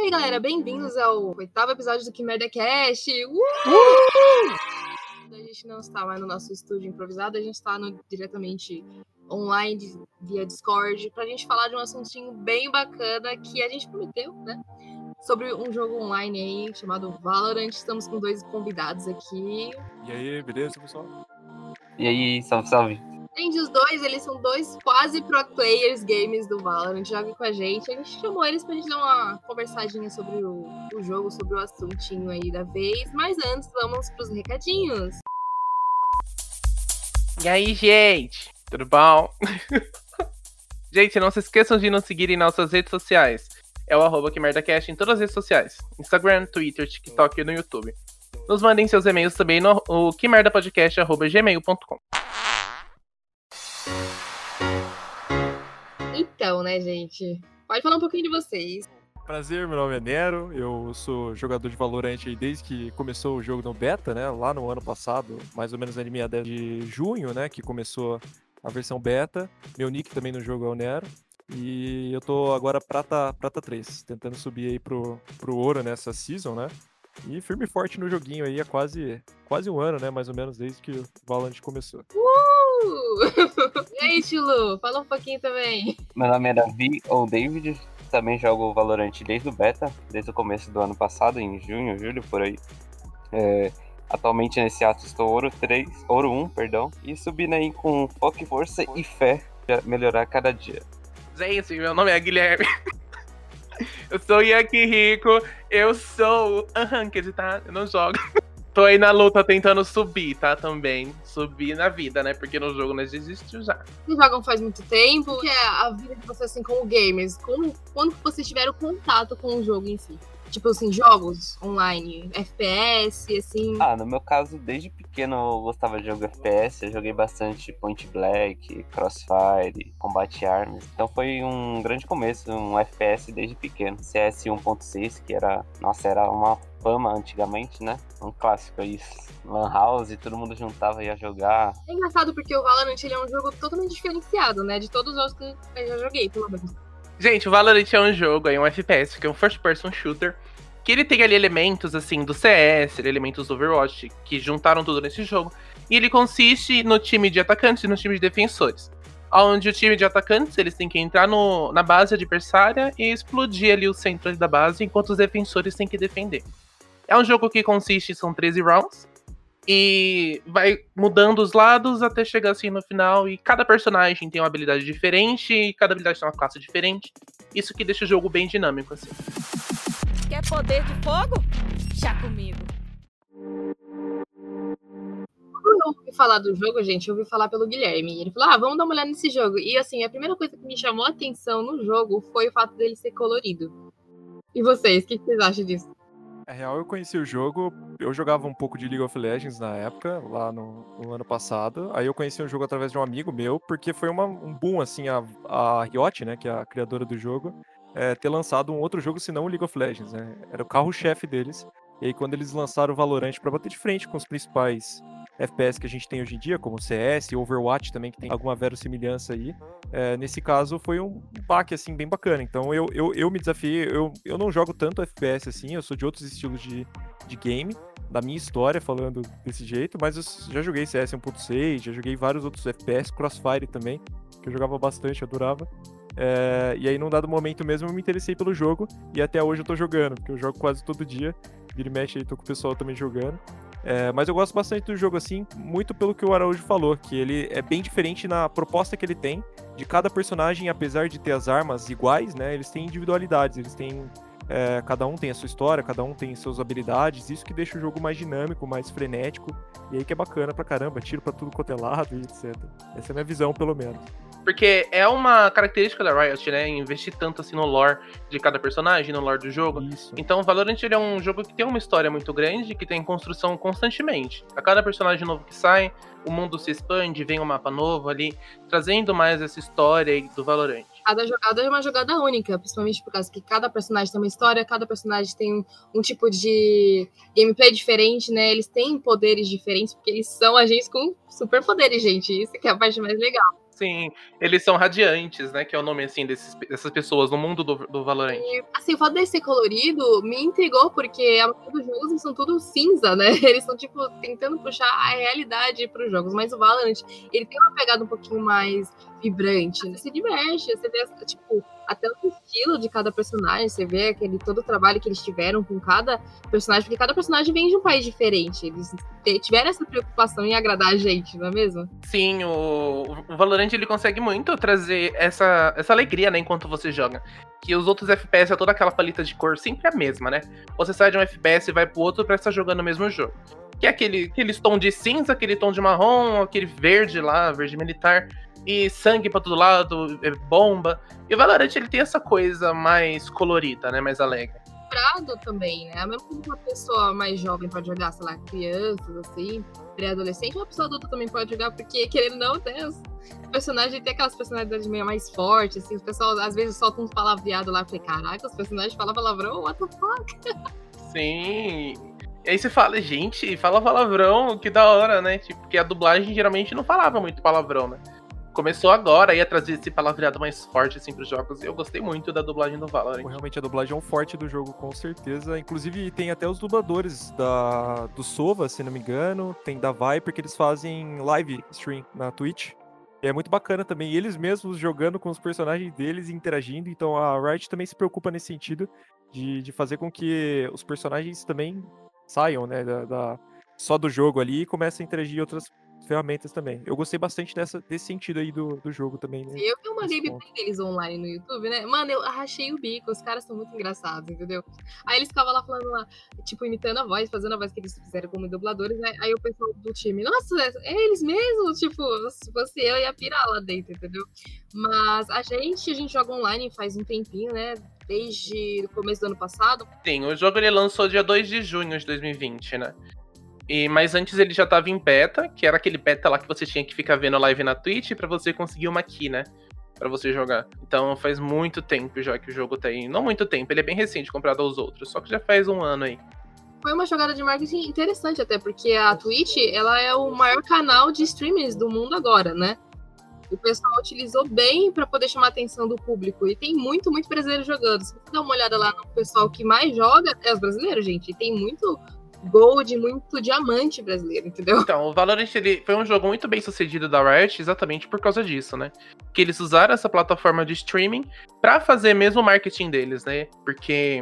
aí, galera, bem-vindos ao 8º episódio do Que Merda Cast. A gente não está mais no nosso estúdio improvisado, a gente está diretamente online, via Discord, pra gente falar de um assuntinho bem bacana que a gente prometeu, né? Sobre um jogo online aí chamado Valorant. Estamos com 2 convidados aqui. E aí, beleza, pessoal? E aí, salve. Além dos dois, eles são 2 quase pro players games do Valorant, jogam com a gente. A gente chamou eles pra gente dar uma conversadinha sobre o jogo, sobre o assuntinho aí da vez. Mas antes, vamos pros recadinhos. E aí, gente? Tudo bom? Gente, não se esqueçam de nos seguir em nossas redes sociais. É o @QueMerdaCast em todas as redes sociais. Instagram, Twitter, TikTok e no YouTube. Nos mandem seus e-mails também no quemerdapodcast@gmail.com. Então, né, gente? Pode falar um pouquinho de vocês. Prazer, meu nome é Nero, eu sou jogador de Valorant aí desde que começou o jogo no beta, né, lá no ano passado, mais ou menos na meia de junho, né, que começou a versão beta. Meu nick também no jogo é o Nero, e eu tô agora prata 3, tentando subir aí pro ouro nessa season, né, e firme e forte no joguinho aí há quase um ano, né, mais ou menos, desde que o Valorant começou. E aí, Tilu? Fala um pouquinho também. Meu nome é Davi, ou David, também jogo Valorant desde o beta, desde o começo do ano passado, em junho, julho, por aí. Atualmente nesse ato estou ouro 1, e subindo aí com foco, força e fé pra melhorar cada dia. Gente, meu nome é Guilherme. Eu sou Yankee Rico, eu sou Unranked, tá? Eu não jogo. Tô aí na luta tentando subir, tá? Também. Subir na vida, né? Porque no jogo nós desistiu já. Vocês jogam faz muito tempo? O que é a vida de vocês, assim, como gamers? Quando vocês tiveram contato com o jogo em si? Tipo assim, jogos online, FPS, assim... No meu caso, desde pequeno eu gostava de jogo FPS, eu joguei bastante Point Blank, Crossfire, Combat Arms, então foi um grande começo, um FPS desde pequeno. CS 1.6, que era uma fama antigamente, né? Um clássico aí, Lan House, todo mundo juntava e ia jogar. É engraçado porque o Valorant, ele é um jogo totalmente diferenciado, né? De todos os jogos que eu já joguei, pelo menos. Gente, o Valorant é um jogo, é um FPS, que é um first person shooter, que ele tem ali elementos, assim, do CS, elementos do Overwatch, que juntaram tudo nesse jogo, e ele consiste no time de atacantes e no time de defensores. Onde o time de atacantes, eles têm que entrar na base adversária e explodir ali o centro da base, enquanto os defensores têm que defender. É um jogo que consiste, são 13 rounds, e vai mudando os lados até chegar assim no final, e cada personagem tem uma habilidade diferente, e cada habilidade tem uma classe diferente. Isso que deixa o jogo bem dinâmico, assim. Quer poder de fogo? Chá comigo. Quando eu ouvi falar do jogo, gente, eu ouvi falar pelo Guilherme. Ele falou, vamos dar uma olhada nesse jogo. E assim, a primeira coisa que me chamou a atenção no jogo foi o fato dele ser colorido. E vocês, o que vocês acham disso? Na real, eu conheci o jogo, eu jogava um pouco de League of Legends na época, lá no ano passado. Aí eu conheci o jogo através de um amigo meu, porque foi um boom, assim, a Riot, né, que é a criadora do jogo, ter lançado um outro jogo senão o League of Legends, né? Era o carro-chefe deles. E aí quando eles lançaram o Valorant pra bater de frente com os principais FPS que a gente tem hoje em dia, como o CS e Overwatch também, que tem alguma verossimilhança aí, nesse caso foi um baque, assim, bem bacana. Então eu me desafiei, eu não jogo tanto FPS assim, eu sou de outros estilos de game, da minha história falando desse jeito, mas eu já joguei CS 1.6, já joguei vários outros FPS, Crossfire também, que eu jogava bastante, adorava. E aí num dado momento mesmo eu me interessei pelo jogo, e até hoje eu tô jogando, porque eu jogo quase todo dia, vira e mexe aí, tô com o pessoal também jogando. Mas eu gosto bastante do jogo, assim, muito pelo que o Araújo falou, que ele é bem diferente na proposta que ele tem, de cada personagem, apesar de ter as armas iguais, né, eles têm individualidades, eles têm... cada um tem a sua história, cada um tem suas habilidades, isso que deixa o jogo mais dinâmico, mais frenético, e aí que é bacana pra caramba, tiro pra tudo quanto é lado e etc. Essa é a minha visão, pelo menos. Porque é uma característica da Riot, né? Investir tanto assim no lore de cada personagem, no lore do jogo. Isso. Então, o Valorant ele é um jogo que tem uma história muito grande, que tem construção constantemente. A cada personagem novo que sai, o mundo se expande, vem um mapa novo ali, trazendo mais essa história aí do Valorant. Cada jogada é uma jogada única, principalmente por causa que cada personagem tem uma história, cada personagem tem um tipo de gameplay diferente, né? Eles têm poderes diferentes, porque eles são agentes com superpoderes, gente. Isso que é a parte mais legal. Sim, eles são radiantes, né? Que é o nome, assim, dessas pessoas no mundo do Valorant. E, assim, o fato de ser colorido me intrigou, porque a maioria dos jogos são tudo cinza, né? Eles estão, tipo, tentando puxar a realidade pros jogos. Mas o Valorant, ele tem uma pegada um pouquinho mais vibrante. Você se diverte, você vê, tipo, até o estilo de cada personagem, você vê todo o trabalho que eles tiveram com cada personagem, porque cada personagem vem de um país diferente. Eles tiveram essa preocupação em agradar a gente, não é mesmo? Sim, o Valorant, ele consegue muito trazer essa alegria, né, enquanto você joga. Que os outros FPS é toda aquela paleta de cor sempre a mesma, né? Você sai de um FPS e vai pro outro pra estar jogando o mesmo jogo. Que é aquele tom de cinza, aquele tom de marrom, aquele verde lá, verde militar, e sangue pra todo lado, bomba. E o Valorant, ele tem essa coisa mais colorida, né, mais alegre. Também, né? Mesmo que uma pessoa mais jovem pode jogar, sei lá, crianças, assim, pré-adolescente, uma pessoa adulta também pode jogar, porque, querendo ou não, tem os personagens, tem aquelas personalidades meio mais fortes, assim, o pessoal às vezes solta uns palavreados lá, eu falei, caraca, os personagens falam palavrão, what the fuck? Sim. E aí você fala, gente, fala palavrão, que da hora, né? Tipo, porque a dublagem geralmente não falava muito palavrão, né? Começou agora aí a trazer esse palavreado mais forte, assim, pros jogos. E eu gostei muito da dublagem do Valorant. Realmente a dublagem é um forte do jogo, com certeza. Inclusive tem até os dubladores do Sova, se não me engano. Tem da Viper, que eles fazem live stream na Twitch. E é muito bacana também. E eles mesmos jogando com os personagens deles e interagindo. Então a Riot também se preocupa nesse sentido de fazer com que os personagens também saiam, né, só do jogo ali e comecem a interagir em outras ferramentas também. Eu gostei bastante desse sentido aí do jogo também, né? Eu vi uma gameplay deles online no YouTube, né? Mano, eu rachei o bico, os caras são muito engraçados, entendeu? Aí eles ficavam lá falando lá, tipo, imitando a voz, fazendo a voz que eles fizeram como dubladores, né? Aí o pessoal do time, nossa, é eles mesmos? Tipo, se fosse eu ia pirar lá dentro, entendeu? Mas a gente joga online faz um tempinho, né? Desde o começo do ano passado. Sim, o jogo ele lançou dia 2 de junho de 2020, né? Mas antes ele já tava em beta, que era aquele beta lá que você tinha que ficar vendo live na Twitch pra você conseguir uma key, né? Pra você jogar. Então faz muito tempo já que o jogo tá aí. Não muito tempo, ele é bem recente comparado aos outros, só que já faz um ano aí. Foi uma jogada de marketing interessante até, porque a Twitch, ela é o maior canal de streamers do mundo agora, né? O pessoal utilizou bem pra poder chamar a atenção do público. E tem muito brasileiro jogando. Se você dá uma olhada lá no pessoal que mais joga, é os brasileiros, gente. E tem muito gold, muito diamante brasileiro, entendeu? Então, o Valorant ele foi um jogo muito bem sucedido da Riot exatamente por causa disso, né? Que eles usaram essa plataforma de streaming pra fazer mesmo o marketing deles, né? Porque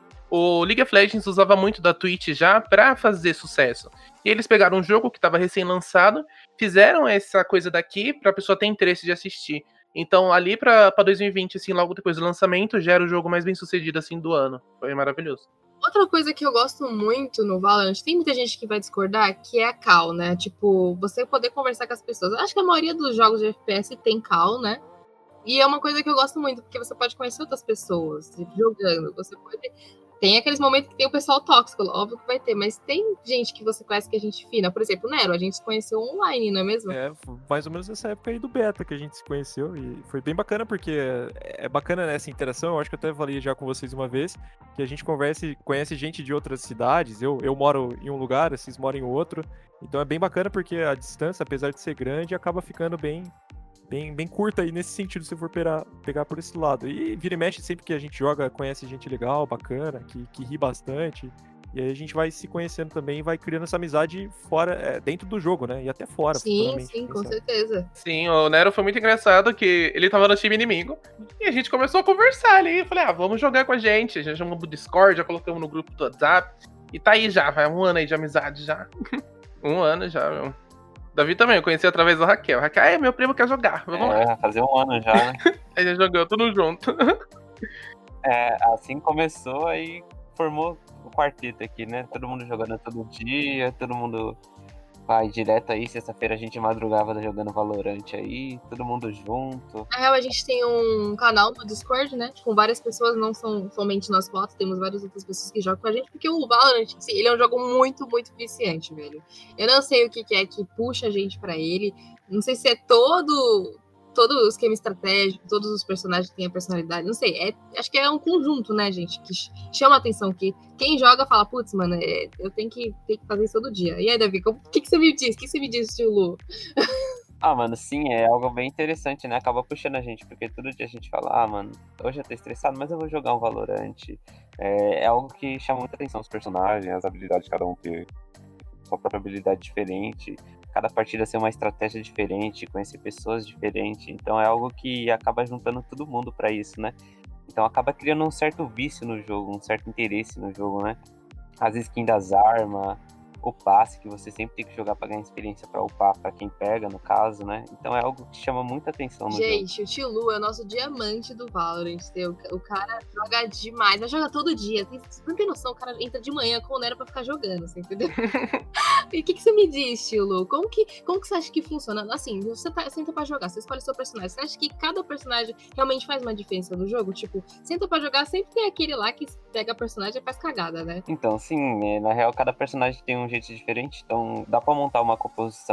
o League of Legends usava muito da Twitch já pra fazer sucesso. E eles pegaram um jogo que estava recém-lançado, fizeram essa coisa daqui pra pessoa ter interesse de assistir. Então, ali pra 2020, assim, logo depois do lançamento, já era o jogo mais bem sucedido, assim, do ano. Foi maravilhoso. Outra coisa que eu gosto muito no Valorant, tem muita gente que vai discordar, que é a call, né? Tipo, você poder conversar com as pessoas. Eu acho que a maioria dos jogos de FPS tem call, né? E é uma coisa que eu gosto muito, porque você pode conhecer outras pessoas, tipo, jogando. Você pode... Tem aqueles momentos que tem o pessoal tóxico, óbvio que vai ter, mas tem gente que você conhece que é gente fina. Por exemplo, o Nero, a gente se conheceu online, não é mesmo? É, mais ou menos nessa época aí do beta que a gente se conheceu e foi bem bacana, porque é bacana essa interação. Eu acho que eu até falei já com vocês uma vez, que a gente conhece gente de outras cidades. Eu moro em um lugar, vocês moram em outro. Então é bem bacana porque a distância, apesar de ser grande, acaba ficando bem curta aí nesse sentido, se for pegar por esse lado. E vira e mexe, sempre que a gente joga, conhece gente legal, bacana, que ri bastante. E aí a gente vai se conhecendo também e vai criando essa amizade fora, dentro do jogo, né? E até fora. Sim, com certeza. Sim, o Nero foi muito engraçado que ele tava no time inimigo e a gente começou a conversar ali. Eu falei, vamos jogar com a gente. Já chamamos do Discord, já colocamos no grupo do WhatsApp. E tá aí já, vai um ano aí de amizade já. Um ano já, meu. Davi também, eu conheci através do Raquel. Raquel, meu primo quer jogar, vamos lá. Fazer um ano já, né? Aí já jogou tudo junto. Assim começou, aí formou o quarteto aqui, né? Todo mundo jogando todo dia, todo mundo vai direto aí. Sexta-feira a gente madrugava jogando Valorant aí, todo mundo junto. Na real, a gente tem um canal no Discord, né? Com várias pessoas, não são somente nós quatro, temos várias outras pessoas que jogam com a gente, porque o Valorant, assim, ele é um jogo muito viciante, velho. Eu não sei o que é que puxa a gente pra ele, não sei se é todo o esquema estratégico, todos os personagens têm a personalidade, não sei, acho que é um conjunto, né, gente, que chama a atenção, que quem joga fala, putz, mano, eu tenho que fazer isso todo dia. E aí, Davi, o que você me diz? O que você me diz, tio Lu? Mano, sim, é algo bem interessante, né? Acaba puxando a gente, porque todo dia a gente fala, mano, hoje eu tô estressado, mas eu vou jogar um Valorant. É algo que chama muita atenção os personagens, as habilidades de cada um ter sua própria habilidade diferente, cada partida ser uma estratégia diferente, conhecer pessoas diferentes. Então é algo que acaba juntando todo mundo pra isso, né? Então acaba criando um certo vício no jogo, um certo interesse no jogo, né? As skins das armas, o passe que você sempre tem que jogar pra ganhar experiência pra upar, pra quem pega, no caso, né? Então é algo que chama muita atenção no jogo. Gente, o Tio Lu é o nosso diamante do Valorant. O cara joga demais, mas joga todo dia. Você não tem noção, o cara entra de manhã com o Nero pra ficar jogando, você entendeu? E o que você me diz, Tio Lu? Como que você acha que funciona? Assim, você senta pra jogar, você escolhe seu personagem. Você acha que cada personagem realmente faz uma diferença no jogo? Tipo, senta pra jogar, sempre tem aquele lá que pega a personagem e faz cagada, né? Então, sim, na real, cada personagem tem um jeito diferente, então dá pra montar uma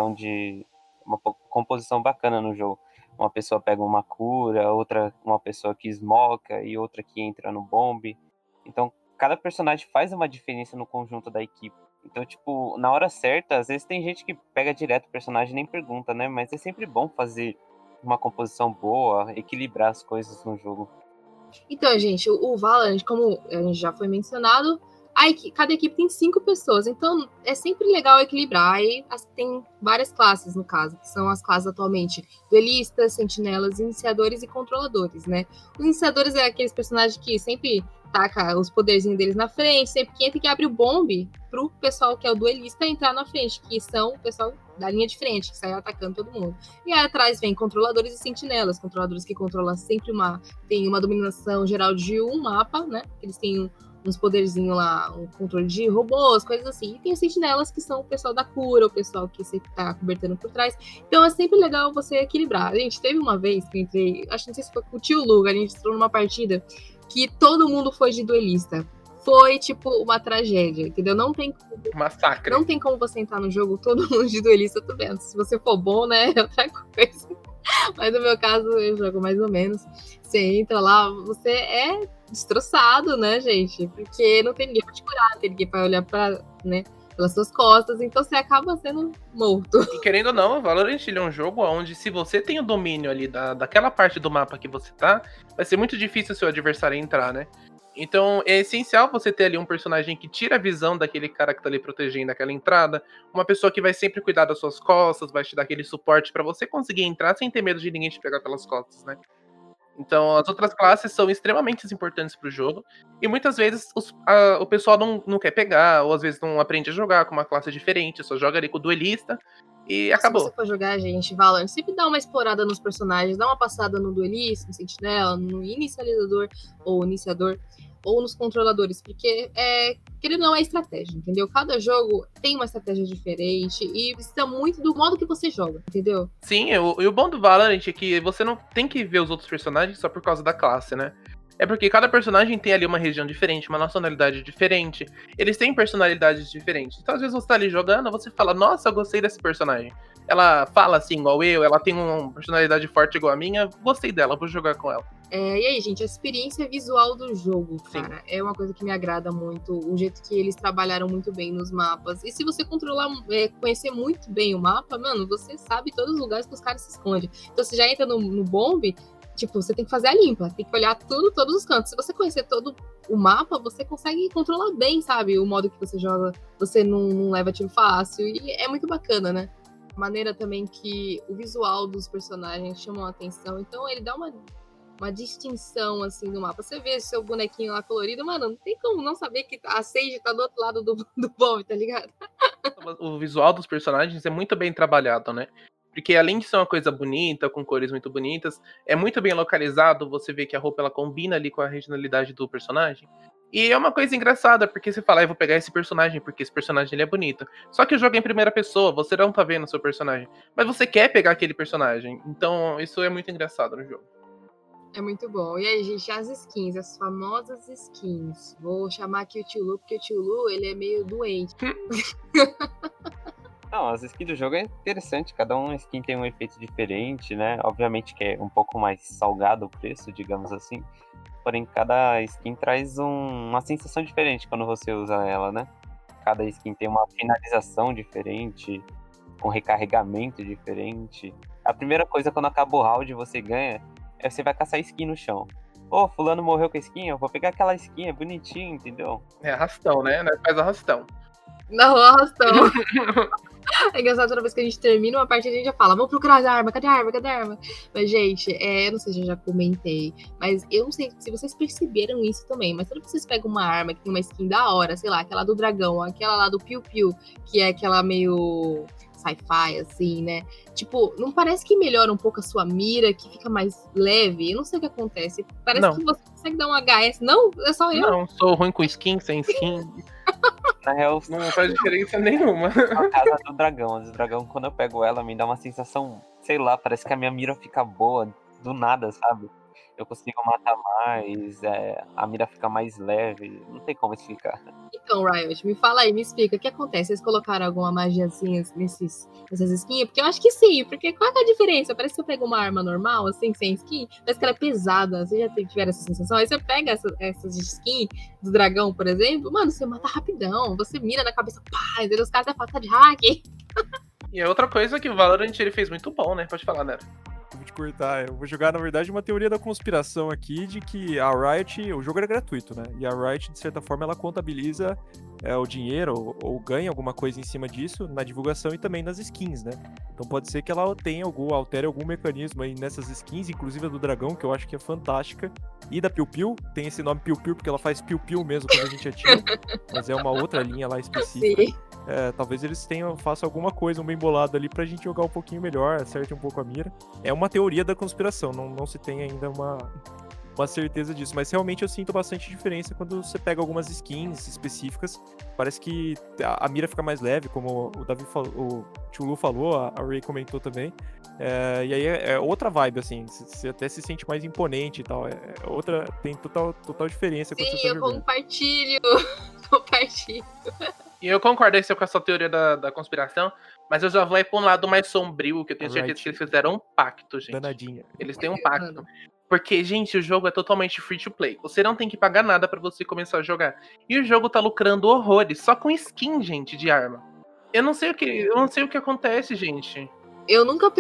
composição bacana no jogo. Uma pessoa pega uma cura, outra uma pessoa que smoca e outra que entra no bombe. Então, cada personagem faz uma diferença no conjunto da equipe. Então, tipo, na hora certa, às vezes tem gente que pega direto o personagem e nem pergunta, né? Mas é sempre bom fazer uma composição boa, equilibrar as coisas no jogo. Então, gente, o Valorant, como a gente já foi mencionado, cada equipe tem 5 pessoas, então é sempre legal equilibrar. Aí tem várias classes, no caso, que são as classes atualmente: duelistas, sentinelas, iniciadores e controladores, né? Os iniciadores é aqueles personagens que sempre taca os poderzinhos deles na frente, sempre que entra que abre o bombe pro pessoal que é o duelista entrar na frente, que são o pessoal da linha de frente, que sai atacando todo mundo. E aí atrás vem controladores e sentinelas, controladores que controlam sempre tem uma dominação geral de um mapa, né? Eles têm uns poderzinhos lá, um controle de robôs, coisas assim. E tem os sentinelas, que são o pessoal da cura, o pessoal que sempre tá cobertando por trás. Então é sempre legal você equilibrar. A gente teve uma vez que eu entrei, acho que não sei se foi com o Tio Lu, a gente entrou numa partida que todo mundo foi de duelista. Foi, tipo, uma tragédia, entendeu? Não tem Massacre. Não tem como você entrar no jogo todo mundo de duelista, tudo bem. Se você for bom, né, é outra coisa. Mas no meu caso, eu jogo mais ou menos. Você entra lá, você é destroçado, né, gente? Porque não tem ninguém pra te curar, tem ninguém pra olhar né, pelas suas costas, então você acaba sendo morto. E querendo ou não, o Valorant ele é um jogo onde, se você tem o domínio ali daquela parte do mapa que você tá, vai ser muito difícil o seu adversário entrar, né? Então é essencial você ter ali um personagem que tira a visão daquele cara que tá ali protegendo aquela entrada, uma pessoa que vai sempre cuidar das suas costas, vai te dar aquele suporte pra você conseguir entrar sem ter medo de ninguém te pegar pelas costas, né? Então as outras classes são extremamente importantes pro jogo, e muitas vezes o pessoal não quer pegar, ou às vezes não aprende a jogar com uma classe diferente, só joga ali com o duelista, e acabou. Se você for jogar, gente, Valorant, sempre dá uma explorada nos personagens, dá uma passada no duelista, no sentinela, no inicializador ou iniciador, ou nos controladores, porque querendo ou não, é estratégia, entendeu? Cada jogo tem uma estratégia diferente e precisa muito do modo que você joga, entendeu? Sim, e o bom do Valorant é que você não tem que ver os outros personagens só por causa da classe, né? É porque cada personagem tem ali uma região diferente, uma nacionalidade diferente. Eles têm personalidades diferentes. Então, às vezes, você tá ali jogando, você fala, nossa, eu gostei desse personagem. Ela fala assim, igual eu, ela tem uma personalidade forte igual a minha, gostei dela, vou jogar com ela. E aí, gente, a experiência visual do jogo, cara, Sim. é uma coisa que me agrada muito. O jeito que eles trabalharam muito bem nos mapas. E se você conhecer muito bem o mapa, mano, você sabe todos os lugares que os caras se escondem. Então, você já entra no bombe, tipo, você tem que fazer a limpa, tem que olhar todos os cantos. Se você conhecer todo o mapa, você consegue controlar bem, sabe? O modo que você joga, você não leva tiro fácil. E é muito bacana, né? A maneira também que o visual dos personagens chamam a atenção. Então, ele dá uma distinção, assim, no mapa. Você vê seu bonequinho lá colorido, mano, não tem como não saber que a Sage tá do outro lado do bombe, tá ligado? O visual dos personagens é muito bem trabalhado, né? Porque além de ser uma coisa bonita, com cores muito bonitas, é muito bem localizado, você vê que a roupa ela combina ali com a regionalidade do personagem. E é uma coisa engraçada, porque você fala, eu vou pegar esse personagem, porque esse personagem ele é bonito. Só que o jogo é em primeira pessoa, você não tá vendo o seu personagem. Mas você quer pegar aquele personagem. Então isso é muito engraçado no jogo. É muito bom. E aí, gente, as skins, as famosas skins. Vou chamar aqui o Tio Lu, porque o Tio Lu, ele é meio doente. Não, as skins do jogo é interessante, cada skin tem um efeito diferente, né? Obviamente que é um pouco mais salgado o preço, digamos assim. Porém, cada skin traz uma sensação diferente quando você usa ela, né? Cada skin tem uma finalização diferente, com recarregamento diferente. A primeira coisa quando acaba o round você ganha, é você vai caçar skin no chão. Pô, fulano morreu com a skin, eu vou pegar aquela skin, é bonitinho, entendeu? É arrastão, né? Faz arrastão. Na rua, arrastão. É engraçado, toda vez que a gente termina uma partida, a gente já fala, vamos procurar a arma, cadê a arma, cadê a arma? Mas, gente, eu não sei se eu já comentei, mas eu não sei se vocês perceberam isso também, mas quando vocês pegam uma arma que tem uma skin da hora, sei lá, aquela do dragão, aquela lá do Piu Piu, que é aquela meio sci-fi, assim, né? Tipo, não parece que melhora um pouco a sua mira, que fica mais leve? Eu não sei o que acontece. Parece que você consegue dar um HS. Não, é só eu. Não, sou ruim com skin, sem skin. Na real, não faz diferença nenhuma. A casa do dragão. A do dragão, quando eu pego ela, me dá uma sensação, sei lá, parece que a minha mira fica boa do nada, sabe? Eu consigo matar mais, a mira fica mais leve, não tem como explicar. Então, Riot, me fala aí, me explica, o que acontece? Vocês colocaram alguma magiazinha nessas skins? Porque eu acho que sim, porque qual é a diferença? Parece que eu pego uma arma normal, assim, sem skin, parece que ela é pesada, vocês já tiveram essa sensação? Aí você pega essas skins do dragão, por exemplo, mano, você mata rapidão, você mira na cabeça, pá, os caras é falta de hack. E é outra coisa que o Valorant ele fez muito bom, né? Pode falar, Nero. Vou te cortar. Eu vou jogar, na verdade, uma teoria da conspiração aqui de que a Riot, o jogo era gratuito, né? E a Riot, de certa forma, ela contabiliza o dinheiro ou ganha alguma coisa em cima disso na divulgação e também nas skins, né? Então pode ser que ela tenha altere algum mecanismo aí nessas skins, inclusive a do dragão, que eu acho que é fantástica. E da Piu Piu, tem esse nome Piu Piu porque ela faz Piu Piu mesmo quando a gente atira, mas é uma outra linha lá específica. Sim. Talvez eles façam alguma coisa, um bem bolado ali pra gente jogar um pouquinho melhor, acerte um pouco a mira. É uma teoria da conspiração, não se tem ainda uma certeza disso, mas realmente eu sinto bastante diferença quando você pega algumas skins específicas. Parece que a mira fica mais leve, como o Davi falou, o Chulu falou, a Ray comentou também. E aí é outra vibe, assim, você até se sente mais imponente e tal. Tem total diferença quando você tá jogando. Compartilho. E eu concordo com essa teoria da conspiração, mas eu já vou pra um lado mais sombrio, que eu tenho certeza que eles fizeram um pacto, gente. Danadinha. Eles têm um pacto. Porque, gente, o jogo é totalmente free to play. Você não tem que pagar nada pra você começar a jogar. E o jogo tá lucrando horrores, só com skin, gente, de arma. Eu não sei o que acontece, gente. Eu nunca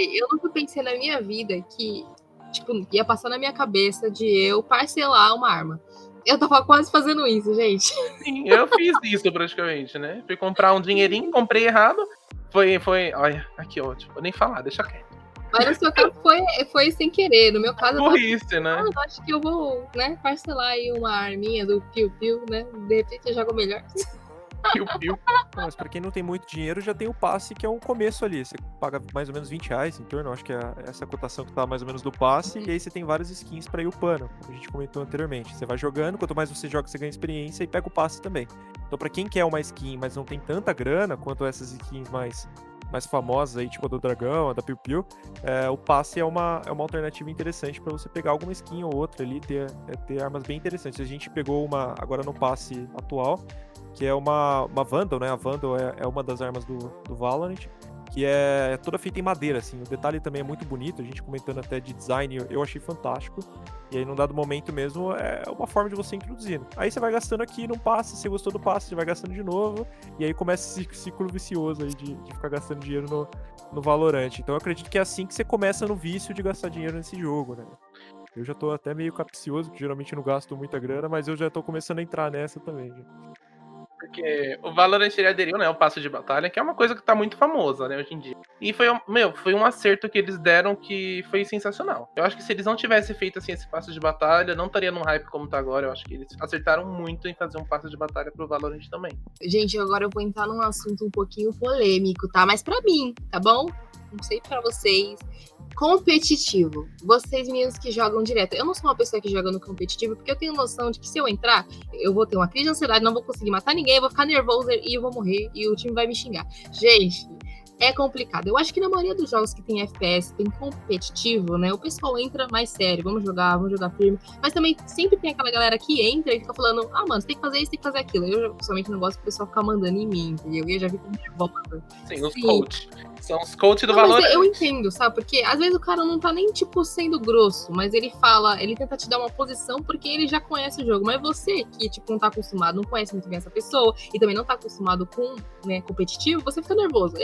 pensei na minha vida que, tipo, ia passar na minha cabeça de eu parcelar uma arma. Eu tava quase fazendo isso, gente. Sim, eu fiz isso praticamente, né? Fui comprar um dinheirinho, comprei errado. Foi. Olha, aqui ótimo. Vou nem falar, deixa quieto. Mas no seu caso foi sem querer. No meu caso, burrice, né? Eu acho que eu vou, né, parcelar aí uma arminha do Piu Piu, né? De repente eu jogo melhor. Piu Piu. Mas pra quem não tem muito dinheiro, já tem o passe, que é um começo ali. Você paga mais ou menos R$20 em torno, acho que é essa cotação que tá mais ou menos do passe, e aí você tem várias skins pra ir upando, como a gente comentou anteriormente. Você vai jogando, quanto mais você joga, você ganha experiência e pega o passe também. Então pra quem quer uma skin, mas não tem tanta grana quanto essas skins mais famosas aí, tipo a do dragão, a da Piu Piu, o passe é uma alternativa interessante pra você pegar alguma skin ou outra ali, ter armas bem interessantes. A gente pegou uma agora no passe atual, que é uma Vandal, né? A Vandal é uma das armas do Valorant, que é toda feita em madeira, assim. O detalhe também é muito bonito, a gente comentando até de design, eu achei fantástico. E aí, num dado momento mesmo, é uma forma de você introduzir. Aí você vai gastando aqui num passe, se você gostou do passe, você vai gastando de novo, e aí começa esse ciclo vicioso aí de ficar gastando dinheiro no Valorant. Então eu acredito que é assim que você começa no vício de gastar dinheiro nesse jogo, né? Eu já tô até meio capcioso, porque geralmente não gasto muita grana, mas eu já tô começando a entrar nessa também, já. Porque o Valorant ele aderiu, né, ao passe de batalha, que é uma coisa que tá muito famosa, né, hoje em dia. E foi um acerto que eles deram que foi sensacional. Eu acho que se eles não tivessem feito assim esse passe de batalha, não estaria num hype como tá agora. Eu acho que eles acertaram muito em fazer um passe de batalha pro Valorant também. Gente, agora eu vou entrar num assunto um pouquinho polêmico, tá? Mas pra mim, tá bom? Não sei pra vocês. Competitivo. Vocês, meninos que jogam direto. Eu não sou uma pessoa que joga no competitivo, porque eu tenho noção de que se eu entrar, eu vou ter uma crise de ansiedade, não vou conseguir matar ninguém, eu vou ficar nervoso e eu vou morrer e o time vai me xingar. Gente, é complicado. Eu acho que na maioria dos jogos que tem FPS, tem competitivo, né? O pessoal entra mais sério, vamos jogar firme. Mas também sempre tem aquela galera que entra e fica falando, mano, você tem que fazer isso, tem que fazer aquilo. Eu pessoalmente não gosto do pessoal ficar mandando em mim, entendeu? E eu já vi como nervosa. Sim, os coach. São os coach do Valorant. Mas eu entendo, sabe? Porque às vezes o cara não tá nem, tipo, sendo grosso, mas ele fala, ele tenta te dar uma posição porque ele já conhece o jogo. Mas você que, tipo, não tá acostumado, não conhece muito bem essa pessoa e também não tá acostumado com, né, competitivo, você fica nervoso. Eu fico nervoso.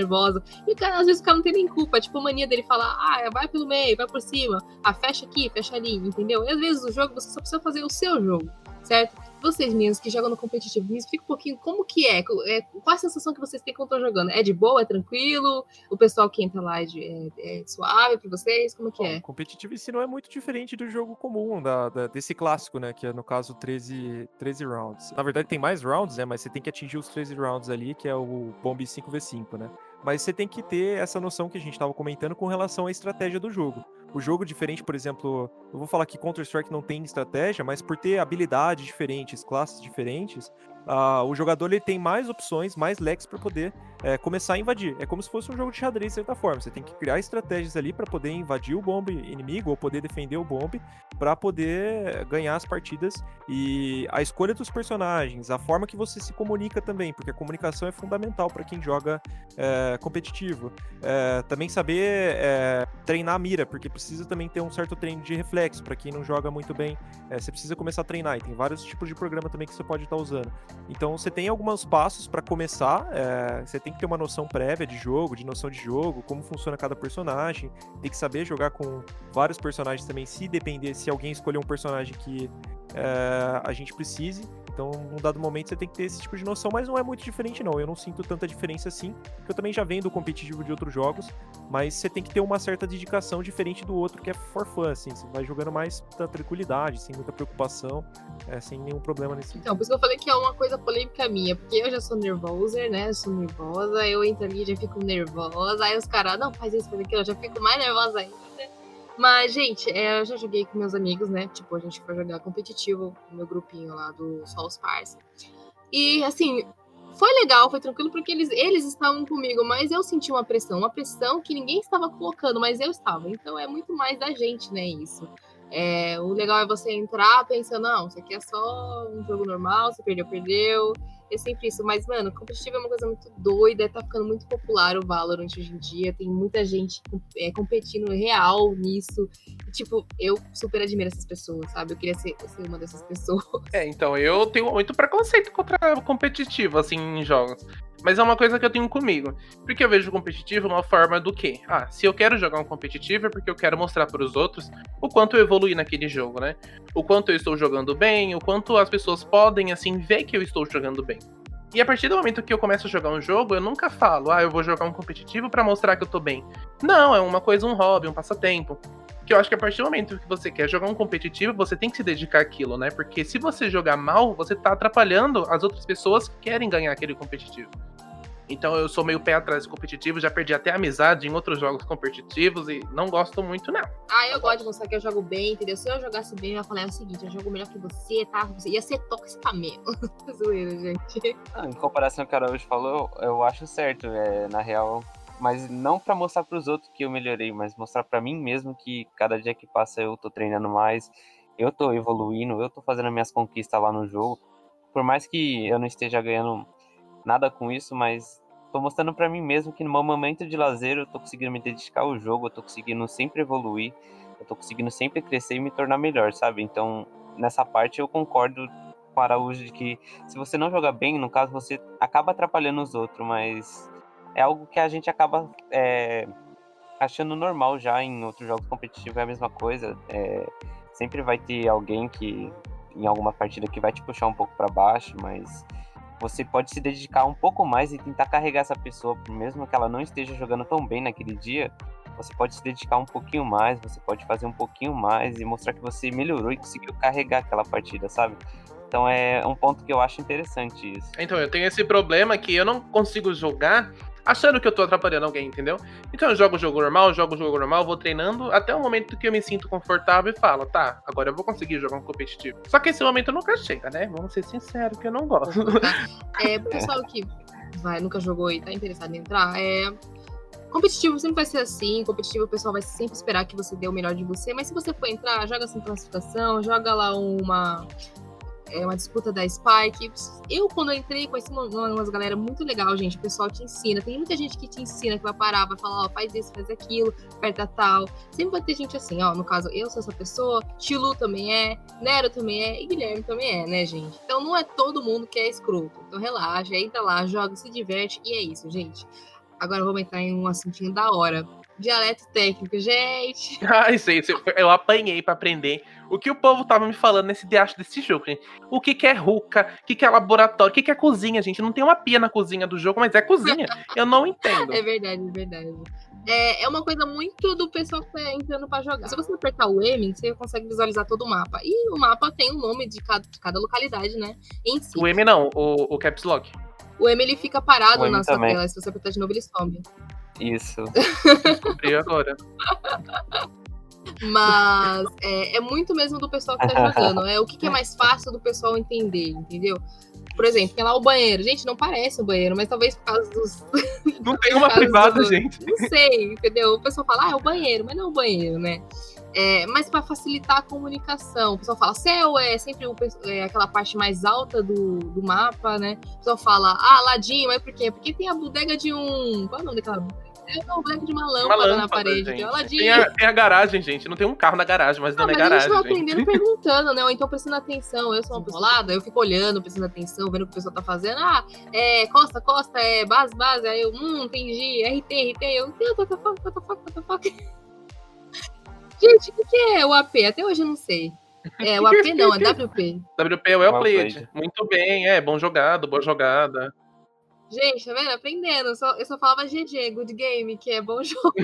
nervosa. E, cara, às vezes o cara não tem nem culpa. É tipo a mania dele falar, vai pelo meio, vai por cima. Fecha aqui, fecha ali, entendeu? E às vezes o jogo, você só precisa fazer o seu jogo, certo? Vocês meninos que jogam no competitivo, me explica um pouquinho como que é. Qual a sensação que vocês têm quando estão jogando? É de boa, é tranquilo? O pessoal que entra lá é suave pra vocês? Como que é? O competitivo em si não é muito diferente do jogo comum, desse clássico, né? Que é, no caso, 13 rounds. Na verdade, tem mais rounds, né? Mas você tem que atingir os 13 rounds ali, que é o Bomb 5v5, né? Mas você tem que ter essa noção que a gente estava comentando com relação à estratégia do jogo. O jogo diferente, por exemplo, eu vou falar que Counter-Strike não tem estratégia, mas por ter habilidades diferentes, classes diferentes, o jogador ele tem mais opções, mais leques para poder começar a invadir. É como se fosse um jogo de xadrez, de certa forma. Você tem que criar estratégias ali para poder invadir o bombe inimigo ou poder defender o bombe para poder ganhar as partidas. E a escolha dos personagens, a forma que você se comunica também, porque a comunicação é fundamental para quem joga competitivo. Também saber treinar a mira, porque precisa também ter um certo treino de reflexo. Para quem não joga muito bem, você precisa começar a treinar. E tem vários tipos de programa também que você pode estar usando. Então você tem alguns passos para começar, você tem que ter uma noção prévia de jogo, de noção de jogo, como funciona cada personagem, tem que saber jogar com vários personagens também, se depender, se alguém escolher um personagem que a gente precise. Então, num dado momento, você tem que ter esse tipo de noção, mas não é muito diferente, não. Eu não sinto tanta diferença assim, porque eu também já venho do competitivo de outros jogos, mas você tem que ter uma certa dedicação diferente do outro, que é for fun, assim. Você vai jogando mais da tranquilidade, sem muita preocupação, sem nenhum problema nesse. Então, por isso que eu falei que é uma coisa polêmica minha, porque eu já sou nervosa, né? Eu sou nervosa, eu entro ali e já fico nervosa, aí os caras, não, faz isso, faz aquilo, eu já fico mais nervosa ainda. Mas, gente, eu já joguei com meus amigos, né? Tipo, a gente foi jogar competitivo no meu grupinho lá do Soul's Pars. E, assim, foi legal, foi tranquilo, porque eles estavam comigo, mas eu senti uma pressão que ninguém estava colocando, mas eu estava. Então, é muito mais da gente, né, isso. O legal é você entrar pensando, não, isso aqui é só um jogo normal, você perdeu. É sempre isso, mas, mano, competitivo é uma coisa muito doida, tá ficando muito popular o Valorant hoje em dia, tem muita gente competindo real nisso, e, tipo, eu super admiro essas pessoas, sabe? Eu queria ser uma dessas pessoas. Então, eu tenho muito preconceito contra competitivo, assim, em jogos. Mas é uma coisa que eu tenho comigo. Porque eu vejo o competitivo uma forma do quê? Se eu quero jogar um competitivo é porque eu quero mostrar para os outros o quanto eu evoluí naquele jogo, né? O quanto eu estou jogando bem, o quanto as pessoas podem, assim, ver que eu estou jogando bem. E a partir do momento que eu começo a jogar um jogo, eu nunca falo, eu vou jogar um competitivo para mostrar que eu tô bem. Não, é uma coisa, um hobby, um passatempo. Que eu acho que a partir do momento que você quer jogar um competitivo, você tem que se dedicar àquilo, né? Porque se você jogar mal, você tá atrapalhando as outras pessoas que querem ganhar aquele competitivo. Então eu sou meio pé atrás do competitivo, já perdi até amizade em outros jogos competitivos e não gosto muito, não. Eu gosto de mostrar que eu jogo bem, entendeu? Se eu jogasse bem, eu ia falar o seguinte, eu jogo melhor que você, tá? Você ia ser tóxica mesmo. Zoeira, gente. Em comparação ao que a Araújo falou, eu acho certo, na real. Mas não pra mostrar pros outros que eu melhorei, mas mostrar pra mim mesmo que cada dia que passa eu tô treinando mais, eu tô evoluindo, eu tô fazendo minhas conquistas lá no jogo. Por mais que eu não esteja ganhando nada com isso, mas tô mostrando pra mim mesmo que no meu momento de lazer eu tô conseguindo me dedicar ao jogo, eu tô conseguindo sempre evoluir, eu tô conseguindo sempre crescer e me tornar melhor, sabe? Então, nessa parte eu concordo com a Araújo de que se você não jogar bem, no caso, você acaba atrapalhando os outros, mas é algo que a gente acaba achando normal já em outros jogos competitivos, é a mesma coisa. Sempre vai ter alguém que, em alguma partida, que vai te puxar um pouco pra baixo, mas você pode se dedicar um pouco mais e tentar carregar essa pessoa, mesmo que ela não esteja jogando tão bem naquele dia, você pode se dedicar um pouquinho mais, você pode fazer um pouquinho mais e mostrar que você melhorou e conseguiu carregar aquela partida, sabe? Então é um ponto que eu acho interessante isso. Então, eu tenho esse problema que eu não consigo jogar achando que eu tô atrapalhando alguém, entendeu? Então eu jogo o jogo normal, vou treinando até o momento que eu me sinto confortável e falo, tá, agora eu vou conseguir jogar um competitivo. Só que esse momento nunca chega, né? Vamos ser sinceros que eu não gosto. Pro pessoal que nunca jogou e tá interessado em entrar, competitivo sempre vai ser assim, competitivo o pessoal vai sempre esperar que você dê o melhor de você, mas se você for entrar, joga sem classificação, joga lá uma disputa da Spike. Eu, quando eu entrei, conheci umas galera muito legal, gente. O pessoal te ensina. Tem muita gente que te ensina, que vai parar, vai falar, faz isso, faz aquilo, aperta tal. Sempre vai ter gente assim, no caso, eu sou essa pessoa, Chilu também é, Nero também é, e Guilherme também é, né, gente? Então não é todo mundo que é escroto. Então relaxa, entra lá, joga, se diverte, e é isso, gente. Agora vamos entrar em um assuntinho da hora. Dialeto técnico, gente. Ai, gente, eu apanhei pra aprender o que o povo tava me falando nesse diacho desse jogo, gente. O que é ruca, o que é laboratório, o que é cozinha, gente. Não tem uma pia na cozinha do jogo, mas é cozinha. Eu não entendo. É verdade, é verdade. É uma coisa muito do pessoal que tá entrando pra jogar. Se você apertar o M, você consegue visualizar todo o mapa. E o mapa tem o nome de cada localidade, né? Em si. O M não, o Caps Lock. O M ele fica parado O M na sua também. tela. Se você apertar de novo, ele some. Isso. Descobri agora. Mas é muito mesmo do pessoal que tá jogando. O que é mais fácil do pessoal entender, entendeu? Por exemplo, tem lá o banheiro. Gente, não parece um banheiro, mas talvez por causa dos... Não tem uma privada, gente. Não sei, entendeu? O pessoal fala, é o banheiro, mas não é o banheiro, né? Mas para facilitar a comunicação. O pessoal fala, céu é sempre aquela parte mais alta do mapa, né? O pessoal fala, ladinho, mas por quê? Porque tem a bodega de um... Qual é o nome daquela bodega? A bodega de uma lâmpada na parede. Gente. Tem o ladinho. Tem a garagem, gente. Não tem um carro na garagem, mas não é garagem, a gente vai gente. aprendendo perguntando, né? Ou então prestando atenção. Eu sou uma bolada, eu fico olhando, prestando atenção, vendo o que o pessoal tá fazendo. Costa, base. Aí eu, entendi. RT. Eu, what the fuck. Gente, o que é o AP? Até hoje eu não sei. O AP não, é WP. WP é o Well-Played. Muito bem, boa jogada. Gente, tá vendo? Aprendendo. Eu só falava GG, good game, que é bom jogo.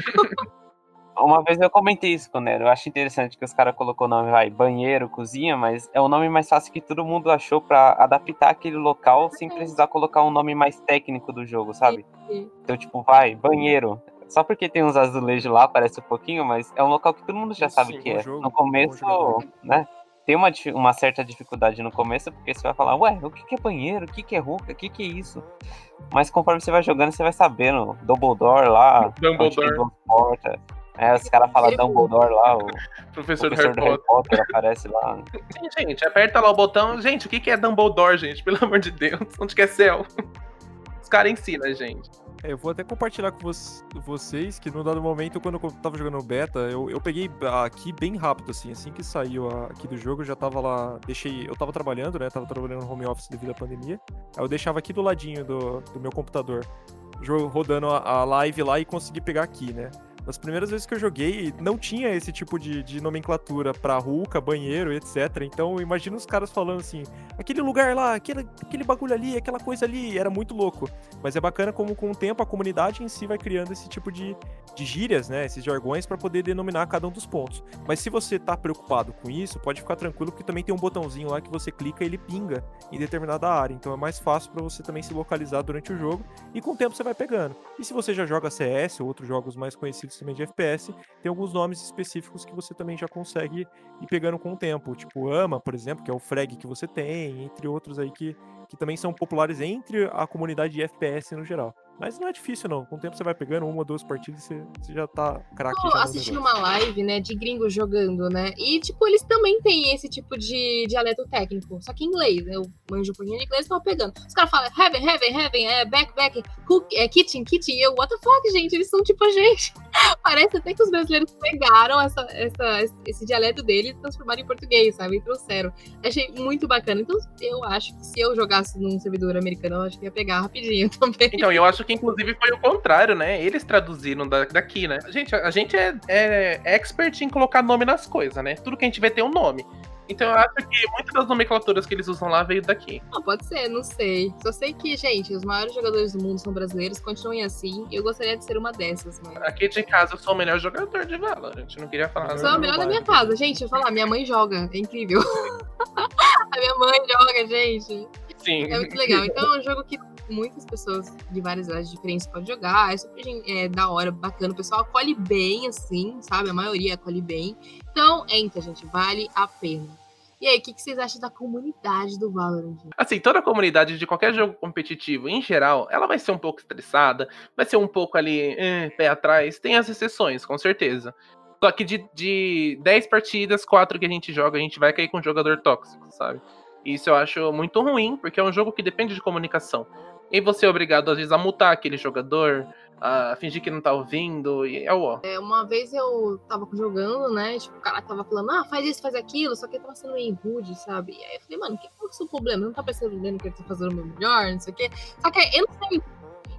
Uma vez eu comentei isso com o Nero. Eu acho interessante que os caras colocou o nome, banheiro, cozinha, mas é o nome mais fácil que todo mundo achou pra adaptar aquele local sem precisar colocar um nome mais técnico do jogo, sabe? Então, tipo, banheiro. Só porque tem uns azulejos lá, parece um pouquinho, mas é um local que todo mundo já sabe que é. Jogo, no começo, né? Tem uma certa dificuldade no começo, porque você vai falar, o que é banheiro? O que é ruca? O que é isso? Mas conforme você vai jogando, você vai sabendo. Dumbledore lá, Dumbledore. Duas portas. Os caras falam Dumbledore lá, o Professor do Harry Potter. Potter aparece lá. Sim, gente, aperta lá o botão. Gente, o que é Dumbledore, gente? Pelo amor de Deus, onde que é céu? Os caras ensinam, gente. Eu vou até compartilhar com vocês que no dado momento, quando eu tava jogando o beta, eu peguei aqui bem rápido, assim que saiu aqui do jogo, eu já tava lá, eu tava trabalhando, né, tava trabalhando no home office devido à pandemia, aí eu deixava aqui do ladinho do meu computador, rodando a live lá e consegui pegar aqui, né. Nas primeiras vezes que eu joguei, não tinha esse tipo de nomenclatura pra ruca, banheiro, etc. Então, imagina os caras falando assim, aquele lugar lá, aquele bagulho ali, aquela coisa ali, era muito louco. Mas é bacana como, com o tempo, a comunidade em si vai criando esse tipo de gírias, né, esses jargões, pra poder denominar cada um dos pontos. Mas se você tá preocupado com isso, pode ficar tranquilo, porque também tem um botãozinho lá que você clica e ele pinga em determinada área. Então é mais fácil pra você também se localizar durante o jogo, e com o tempo você vai pegando. E se você já joga CS ou outros jogos mais conhecidos também de FPS, tem alguns nomes específicos que você também já consegue ir pegando com o tempo, tipo AMA, por exemplo, que é o frag que você tem, entre outros aí que também são populares entre a comunidade de FPS no geral. Mas não é difícil, não. Com o tempo você vai pegando 1 ou 2 partidas e você já tá craque. Tô assistindo uma live, né, de gringos jogando, né? E, tipo, eles também têm esse tipo de dialeto técnico. Só que em inglês, né? Eu manjo um pouquinho de inglês e tava pegando. Os caras falam heaven, back, cook, kitchen. E eu, what the fuck, gente? Eles são tipo a gente. Parece até que os brasileiros pegaram esse dialeto deles e transformaram em português, sabe? E trouxeram. Achei muito bacana. Então, eu acho que se eu jogasse num servidor americano, eu acho que ia pegar rapidinho também. Então, eu acho que inclusive foi o contrário, né? Eles traduziram daqui, né? Gente, a gente é expert em colocar nome nas coisas, né? Tudo que a gente vê tem um nome. Então eu acho que muitas das nomenclaturas que eles usam lá veio daqui. Pode ser, não sei. Só sei que, gente, os maiores jogadores do mundo são brasileiros, continuem assim. Eu gostaria de ser uma dessas, mas... Aqui de casa eu sou o melhor jogador de Valorant. Não queria falar. Sou a melhor da minha casa, gente. Eu vou falar, minha mãe joga. É incrível. A minha mãe joga, gente. Sim. É muito legal. Então é um jogo que muitas pessoas de várias idades diferentes podem jogar. É super da hora, bacana. O pessoal acolhe bem, assim, sabe? A maioria acolhe bem. Então, entra, gente. Vale a pena. E aí, o que vocês acham da comunidade do Valorant? Assim, toda a comunidade de qualquer jogo competitivo, em geral, ela vai ser um pouco estressada, vai ser um pouco ali, pé atrás. Tem as exceções, com certeza. Só que de 10 partidas, 4 que a gente joga, a gente vai cair com um jogador tóxico, sabe? Isso eu acho muito ruim, porque é um jogo que depende de comunicação. E você é obrigado, às vezes, a mutar aquele jogador, a fingir que não tá ouvindo, e é o ó. Uma vez eu tava jogando, né, tipo, o cara tava falando, faz isso, faz aquilo, só que ele tava sendo meio rude, sabe? E aí eu falei, mano, qual que é o seu problema? Não tá percebendo que ele tá fazendo o meu melhor, não sei o quê. Só que eu não sei,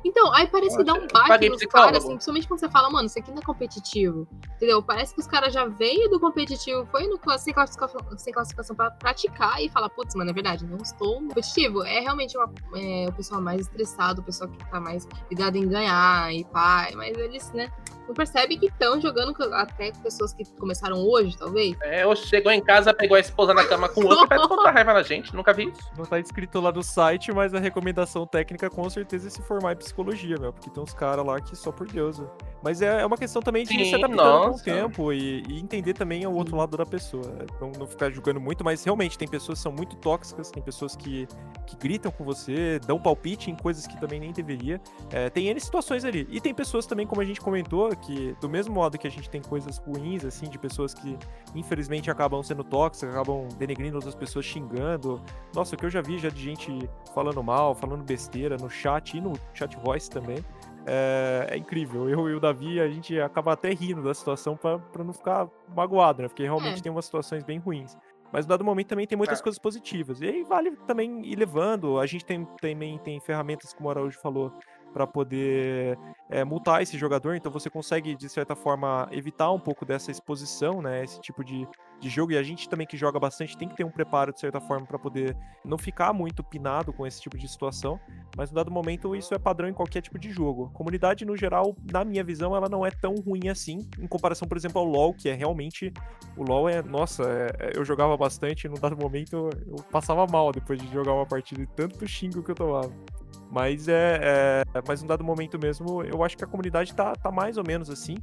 Então, aí parece que dá um baque Paguei nos psicólogo. caras, assim, principalmente quando você fala, mano, isso aqui não é competitivo, entendeu? Parece que os caras já veio do competitivo, foi no sem classificação pra praticar e falar, putz, mano, é verdade, não estou competitivo. É realmente o pessoal mais estressado, o pessoal que tá mais ligado em ganhar e pá, mas eles, né, não percebem que estão jogando até com pessoas que começaram hoje, talvez. Chegou em casa, pegou a esposa na cama com outro, vai descontar raiva na gente, nunca vi isso. Não tá escrito lá no site, mas a recomendação técnica com certeza é se formar em psicologia, meu. Porque tem uns caras lá que só por Deus, né? Mas é uma questão também de se adaptando com o tempo e entender também o outro lado da pessoa. Não ficar julgando muito, mas realmente tem pessoas que são muito tóxicas, tem pessoas que gritam com você, dão palpite em coisas que também nem deveria. Tem N situações ali. E tem pessoas também, como a gente comentou, que do mesmo modo que a gente tem coisas ruins, assim, de pessoas que infelizmente acabam sendo tóxicas, acabam denegrindo outras pessoas, xingando. Nossa, o que eu já vi de gente falando mal, falando besteira no chat e no chat voice também. É incrível. Eu e o Davi, a gente acaba até rindo da situação pra não ficar magoado, né? Porque realmente tem umas situações bem ruins. Mas no dado momento também tem muitas coisas positivas. E aí vale também ir levando. A gente também tem ferramentas, como o Araújo falou, para poder multar esse jogador. Então você consegue, de certa forma, evitar um pouco dessa exposição, né? Esse tipo de jogo. E a gente também que joga bastante tem que ter um preparo, de certa forma, para poder não ficar muito pinado com esse tipo de situação. Mas no dado momento isso é padrão em qualquer tipo de jogo. A comunidade, no geral, na minha visão, ela não é tão ruim assim, em comparação, por exemplo, ao LoL, que é realmente... O LoL eu jogava bastante e no dado momento eu passava mal depois de jogar uma partida, de tanto xingo que eu tomava. Mas mas no dado momento mesmo, eu acho que a comunidade tá mais ou menos assim.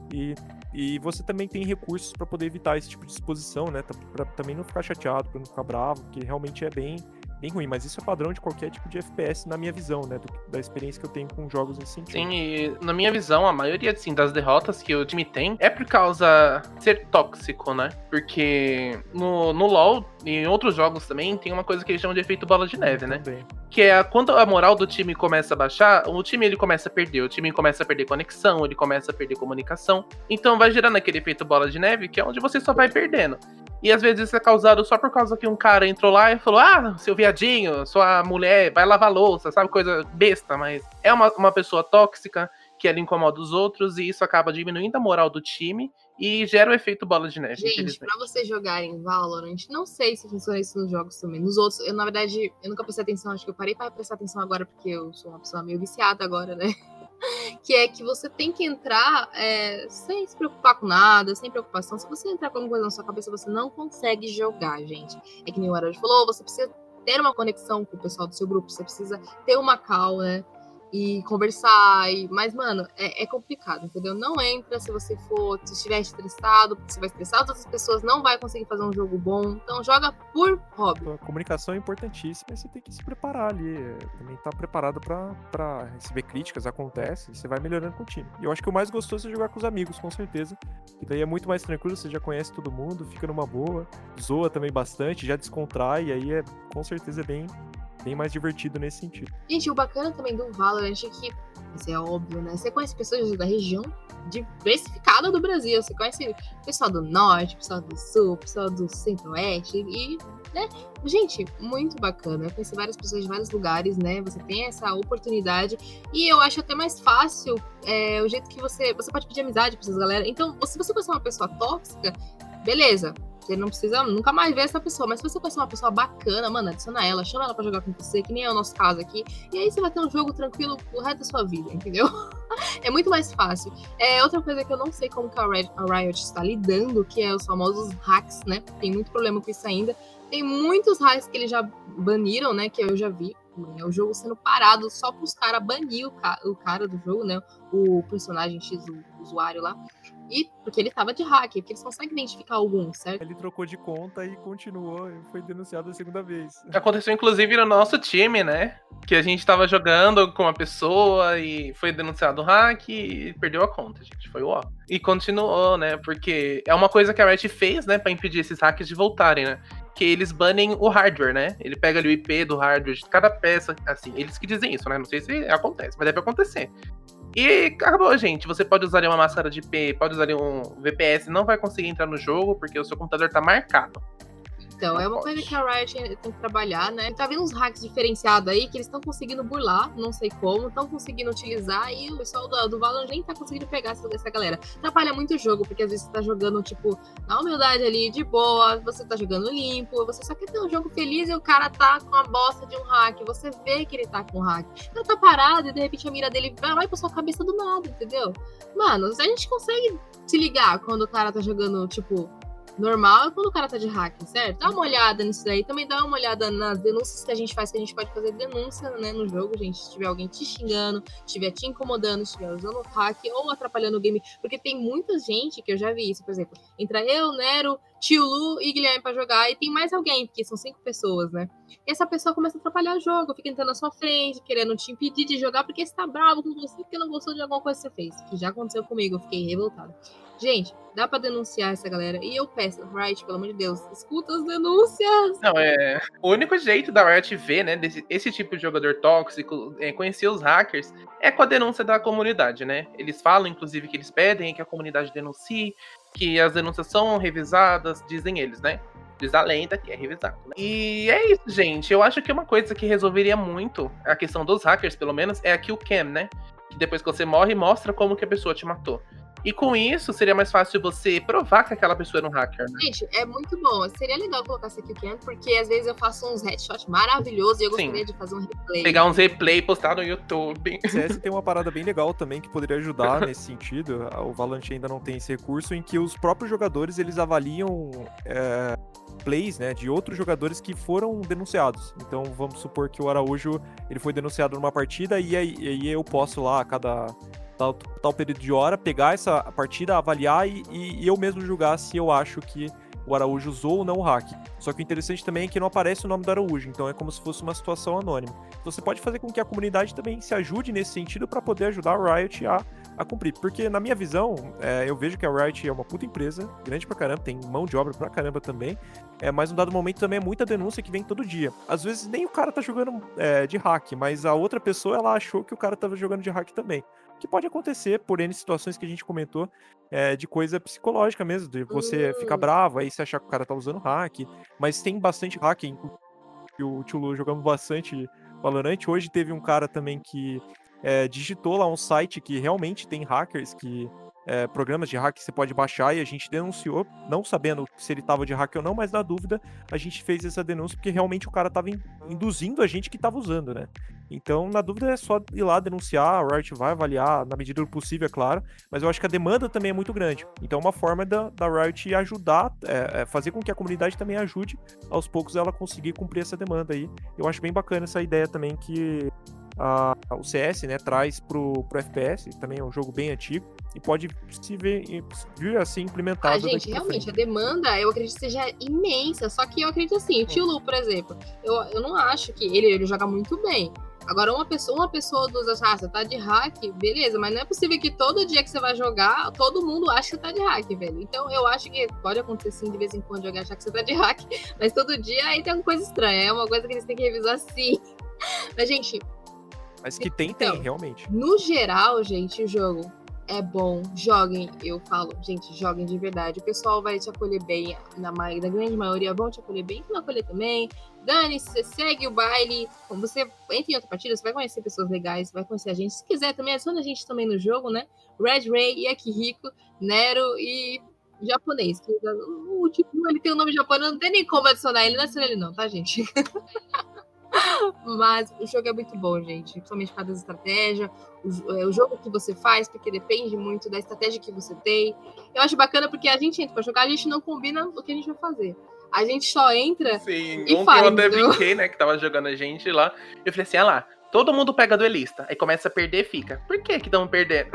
E você também tem recursos para poder evitar esse tipo de exposição, né? Pra também não ficar chateado, pra não ficar bravo, porque realmente é bem ruim. Mas isso é padrão de qualquer tipo de FPS, na minha visão, né? Da experiência que eu tenho com jogos nesse sentido. Sim, e na minha visão, a maioria assim, das derrotas que o time tem é por causa de ser tóxico, né? Porque no LoL e em outros jogos também tem uma coisa que eles chamam de efeito bola de neve, né? Também. Que é quando a moral do time começa a baixar, o time ele começa a perder. O time começa a perder conexão, ele começa a perder comunicação. Então vai gerando aquele efeito bola de neve, que é onde você só vai perdendo. E às vezes isso é causado só por causa que um cara entrou lá e falou: ah, seu viadinho, sua mulher, vai lavar louça, sabe? Coisa besta, mas é uma pessoa tóxica que ela incomoda os outros e isso acaba diminuindo a moral do time e gera o efeito bola de neve. Gente, pra vocês jogarem Valorant, não sei se funciona isso nos jogos também. Nos outros, na verdade, eu nunca prestei atenção, acho que eu parei pra prestar atenção agora porque eu sou uma pessoa meio viciada agora, né? Que é que você tem que entrar sem se preocupar com nada, sem preocupação. Se você entrar com alguma coisa na sua cabeça, você não consegue jogar, gente. É que nem o Araújo falou, você precisa ter uma conexão com o pessoal do seu grupo, você precisa ter uma call, né? E conversar, mas, mano, é complicado, entendeu? Não entra se você estiver estressado, porque você vai estressar as outras pessoas, não vai conseguir fazer um jogo bom, então joga por hobby. A comunicação é importantíssima e você tem que se preparar ali, também tá preparado pra receber críticas, acontece, e você vai melhorando com o time. E eu acho que o mais gostoso é jogar com os amigos, com certeza, que daí é muito mais tranquilo, você já conhece todo mundo, fica numa boa, zoa também bastante, já descontrai, e aí com certeza é bem mais divertido nesse sentido. Gente, o bacana também do Valorant é que, isso é óbvio, né? Você conhece pessoas da região diversificada do Brasil. Você conhece pessoal do Norte, pessoal do Sul, pessoal do Centro-Oeste e, né? Gente, muito bacana. Eu conheci várias pessoas de vários lugares, né? Você tem essa oportunidade e eu acho até mais fácil o jeito que você pode pedir amizade pra essas galera. Então, se você conhecer uma pessoa tóxica, beleza. Você não precisa nunca mais ver essa pessoa. Mas se você conhecer uma pessoa bacana, mano, adiciona ela, chama ela pra jogar com você, que nem é o nosso caso aqui. E aí você vai ter um jogo tranquilo pro resto da sua vida, entendeu? É muito mais fácil. Outra coisa que eu não sei como que a Riot está lidando, que é os famosos hacks, né? Tem muito problema com isso ainda. Tem muitos hacks que eles já baniram, né? Que eu já vi. O jogo sendo parado só para os caras banir o cara do jogo, né? O personagem X, o usuário lá. E porque ele tava de hack, porque eles conseguem identificar alguns, certo? Ele trocou de conta e continuou, e foi denunciado a segunda vez. Aconteceu inclusive no nosso time, né? Que a gente tava jogando com uma pessoa e foi denunciado o hack e perdeu a conta, gente. Foi ó. E continuou, né? Porque é uma coisa que a Riot fez, né? Pra impedir esses hacks de voltarem, né? Que eles banem o hardware, né? Ele pega ali o IP do hardware de cada peça, assim. Eles que dizem isso, né? Não sei se acontece, mas deve acontecer. E acabou, gente. Você pode usar ali uma máscara de IP, pode usar ali um VPS, não vai conseguir entrar no jogo porque o seu computador tá marcado. Então, é uma coisa que a Riot tem que trabalhar, né? Tá vendo uns hacks diferenciados aí que eles estão conseguindo burlar, não sei como, estão conseguindo utilizar e o pessoal do Valorant nem tá conseguindo pegar essa galera. Atrapalha muito o jogo, porque às vezes você tá jogando, tipo, na humildade ali, de boa, você tá jogando limpo, você só quer ter um jogo feliz e o cara tá com a bosta de um hack. Você vê que ele tá com um hack. Ele tá parado e de repente a mira dele vai pra sua cabeça do nada, entendeu? Mano, a gente consegue se ligar quando o cara tá jogando, tipo, normal é quando o cara tá de hacking, certo? Dá uma olhada nisso daí. Também dá uma olhada nas denúncias que a gente faz, que a gente pode fazer denúncia, né, no jogo, gente. Se tiver alguém te xingando, estiver te incomodando, estiver usando hack ou atrapalhando o game. Porque tem muita gente que eu já vi isso, por exemplo. Entra eu, Nero, Tio Lu e Guilherme pra jogar. E tem mais alguém, porque são 5 pessoas, né? E essa pessoa começa a atrapalhar o jogo, fica entrando na sua frente, querendo te impedir de jogar porque você tá bravo com você, porque não gostou de alguma coisa que você fez. Que já aconteceu comigo, eu fiquei revoltada. Gente, dá pra denunciar essa galera. E eu peço, Riot, pelo amor de Deus, escuta as denúncias. Não, o único jeito da Riot ver, né, esse tipo de jogador tóxico, conhecer os hackers, é com a denúncia da comunidade, né? Eles falam, inclusive, que eles pedem que a comunidade denuncie, que as denúncias são revisadas, dizem eles, né? Diz a lenda que é revisado. Né? E é isso, gente. Eu acho que uma coisa que resolveria muito a questão dos hackers, pelo menos, é a kill cam, né? Que depois que você morre, mostra como que a pessoa te matou. E com isso, seria mais fácil você provar que aquela pessoa era um hacker, né? Gente, é muito bom. Seria legal colocar essa kill cam, porque às vezes eu faço uns headshots maravilhosos e eu gostaria de fazer um replay. Pegar uns replay e postar no YouTube. O CS tem uma parada bem legal também que poderia ajudar nesse sentido. O Valorant ainda não tem esse recurso, em que os próprios jogadores, eles avaliam plays, né, de outros jogadores que foram denunciados. Então, vamos supor que o Araújo, ele foi denunciado numa partida e aí eu posso lá, a cada tal período de hora, pegar essa partida, avaliar e eu mesmo julgar se eu acho que o Araújo usou ou não o hack. Só que o interessante também é que não aparece o nome do Araújo, então é como se fosse uma situação anônima. Então você pode fazer com que a comunidade também se ajude nesse sentido para poder ajudar a Riot a cumprir. Porque na minha visão, eu vejo que a Riot é uma puta empresa, grande pra caramba, tem mão de obra pra caramba também, mas num dado momento também é muita denúncia que vem todo dia. Às vezes nem o cara tá jogando de hack, mas a outra pessoa, ela achou que o cara tava jogando de hack também. Que pode acontecer por N situações que a gente comentou, de coisa psicológica mesmo, de você ficar bravo, aí você achar que o cara tá usando hack, mas tem bastante hack, o Tio Lu jogamos bastante Valorant. Hoje teve um cara também que digitou lá um site que realmente tem hackers, programas de hack que você pode baixar, e a gente denunciou, não sabendo se ele tava de hack ou não, mas na dúvida a gente fez essa denúncia porque realmente o cara tava induzindo a gente que tava usando, né? Então, na dúvida é só ir lá denunciar, a Riot vai avaliar na medida do possível, é claro, mas eu acho que a demanda também é muito grande. Então, uma forma da Riot ajudar, fazer com que a comunidade também ajude, aos poucos, ela conseguir cumprir essa demanda aí. Eu acho bem bacana essa ideia também que o CS, né, traz pro FPS, também é um jogo bem antigo, e pode se vir assim implementado. Gente, realmente, a demanda, eu acredito que seja imensa, só que eu acredito assim, o Tio Lu, por exemplo, eu não acho que ele joga muito bem. Agora, uma pessoa dos você tá de hack, beleza, mas não é possível que todo dia que você vai jogar, todo mundo acha que você tá de hack, velho. Então, eu acho que pode acontecer sim, de vez em quando, de alguém achar que você tá de hack, mas todo dia aí tem uma coisa estranha, é uma coisa que eles têm que revisar sim. Mas, gente... Mas que tem, realmente. No geral, gente, o jogo é bom, joguem, eu falo, gente, joguem de verdade. O pessoal vai te acolher bem, na grande maioria vão te acolher bem, não acolher também. Dane-se, você segue o baile, você entra em outra partida, você vai conhecer pessoas legais, você vai conhecer a gente. Se quiser também, adiciona a gente também no jogo, né? Red Ray, Yakihiko, Nero e japonês. O tipo, ele tem um nome japonês, não tem nem como adicionar ele, não adiciona ele não, tá, gente? Mas o jogo é muito bom, gente, principalmente por causa da estratégia, o jogo que você faz, porque depende muito da estratégia que você tem. Eu acho bacana porque a gente entra pra jogar, a gente não combina o que a gente vai fazer. A gente só entra e faz. Ontem eu até brinquei, né, que tava jogando a gente lá, eu falei assim, lá, todo mundo pega duelista, aí começa a perder e fica. Por que estamos perdendo?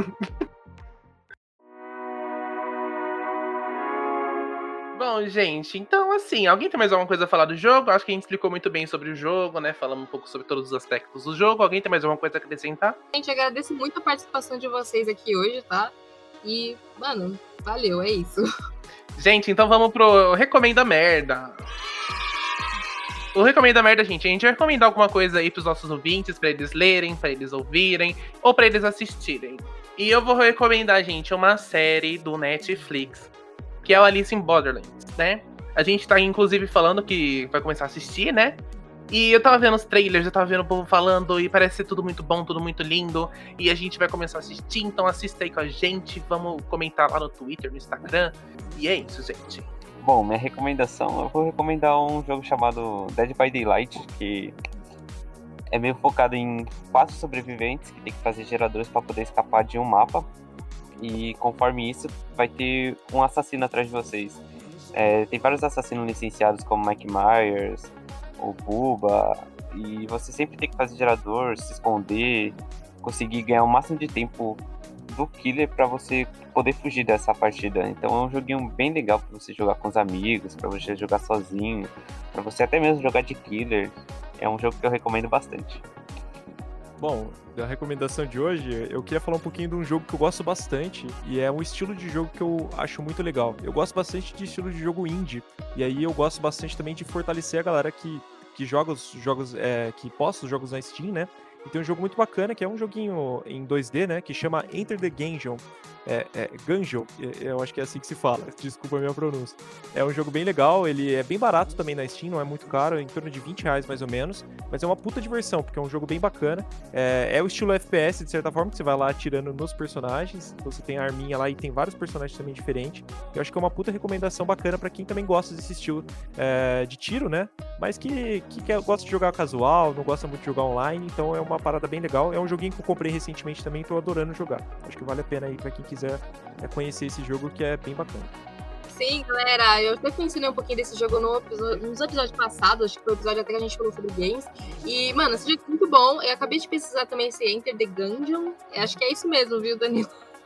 Bom, gente, então assim, alguém tem mais alguma coisa a falar do jogo? Acho que a gente explicou muito bem sobre o jogo, né? Falamos um pouco sobre todos os aspectos do jogo. Alguém tem mais alguma coisa a acrescentar? Gente, agradeço muito a participação de vocês aqui hoje, tá? E, mano, valeu, é isso. Gente, então vamos pro Recomenda Merda. O Recomenda Merda, gente, a gente vai recomendar alguma coisa aí pros nossos ouvintes, pra eles lerem, pra eles ouvirem, ou pra eles assistirem. E eu vou recomendar, gente, uma série do Netflix, que é o Alice in Borderlands, né? A gente tá, inclusive, falando que vai começar a assistir, né? E eu tava vendo os trailers, eu tava vendo o povo falando, e parece ser tudo muito bom, tudo muito lindo. E a gente vai começar a assistir, então assista aí com a gente. Vamos comentar lá no Twitter, no Instagram. E é isso, gente. Bom, minha recomendação, eu vou recomendar um jogo chamado Dead by Daylight, que é meio focado em 4 sobreviventes que tem que fazer geradores para poder escapar de um mapa. E conforme isso, vai ter um assassino atrás de vocês. Tem vários assassinos licenciados como Mike Myers, o Bubba, e você sempre tem que fazer gerador, se esconder, conseguir ganhar o máximo de tempo do killer para você poder fugir dessa partida. Então é um joguinho bem legal para você jogar com os amigos, para você jogar sozinho, para você até mesmo jogar de killer. É um jogo que eu recomendo bastante. Bom, da recomendação de hoje, eu queria falar um pouquinho de um jogo que eu gosto bastante, e é um estilo de jogo que eu acho muito legal. Eu gosto bastante de estilo de jogo indie, e aí eu gosto bastante também de fortalecer a galera que joga os jogos, que posta os jogos na Steam, né? E tem um jogo muito bacana, que é um joguinho em 2D, né? Que chama Enter the Gungeon. Gungeon, eu acho que é assim que se fala. Desculpa a minha pronúncia. É um jogo bem legal, ele é bem barato também na Steam, não é muito caro, é em torno de R$20 mais ou menos. Mas é uma puta diversão, porque é um jogo bem bacana. É o estilo FPS, de certa forma, que você vai lá atirando nos personagens. Você tem a arminha lá e tem vários personagens também diferentes. Eu acho que é uma puta recomendação bacana pra quem também gosta desse estilo de tiro, né? Mas que gosta de jogar casual, não gosta muito de jogar online, então é uma parada bem legal. É um joguinho que eu comprei recentemente também, tô adorando jogar. Acho que vale a pena aí pra quem quiser conhecer esse jogo, que é bem bacana. Sim, galera, eu até mencionei um pouquinho desse jogo nos episódios passados, acho que foi o episódio até que a gente falou sobre games. E, mano, esse jogo é muito bom. Eu acabei de pesquisar também esse Enter the Gungeon. Acho que é isso mesmo, viu, Danilo?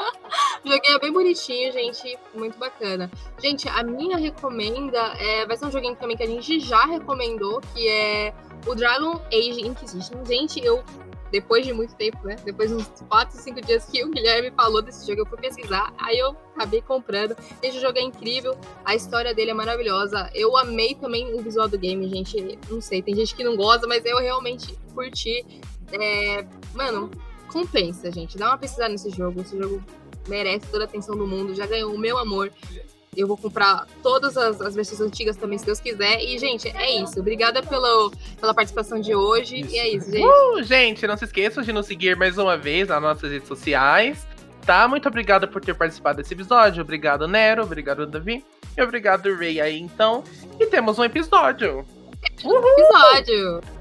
O joguinho é bem bonitinho, gente, muito bacana. Gente, a minha recomenda vai ser um joguinho também que a gente já recomendou, que é o Dragon Age Inquisition. Gente, depois de muito tempo, né? Depois de uns 4, 5 dias que o Guilherme falou desse jogo, eu fui pesquisar, aí eu acabei comprando. Esse jogo é incrível, a história dele é maravilhosa. Eu amei também o visual do game, gente. Não sei, tem gente que não gosta, mas eu realmente curti. Mano, compensa, gente. Dá uma pesquisada nesse jogo. Esse jogo merece toda a atenção do mundo. Já ganhou o meu amor. Eu vou comprar todas as versões antigas também, se Deus quiser. E, gente, é isso. Obrigada pela participação de hoje. Isso. E é isso, gente. Gente, não se esqueçam de nos seguir mais uma vez nas nossas redes sociais. Tá? Muito obrigado por ter participado desse episódio. Obrigado, Nero. Obrigado, Davi. E obrigado, Ray, aí, então. E temos um episódio. Episódio.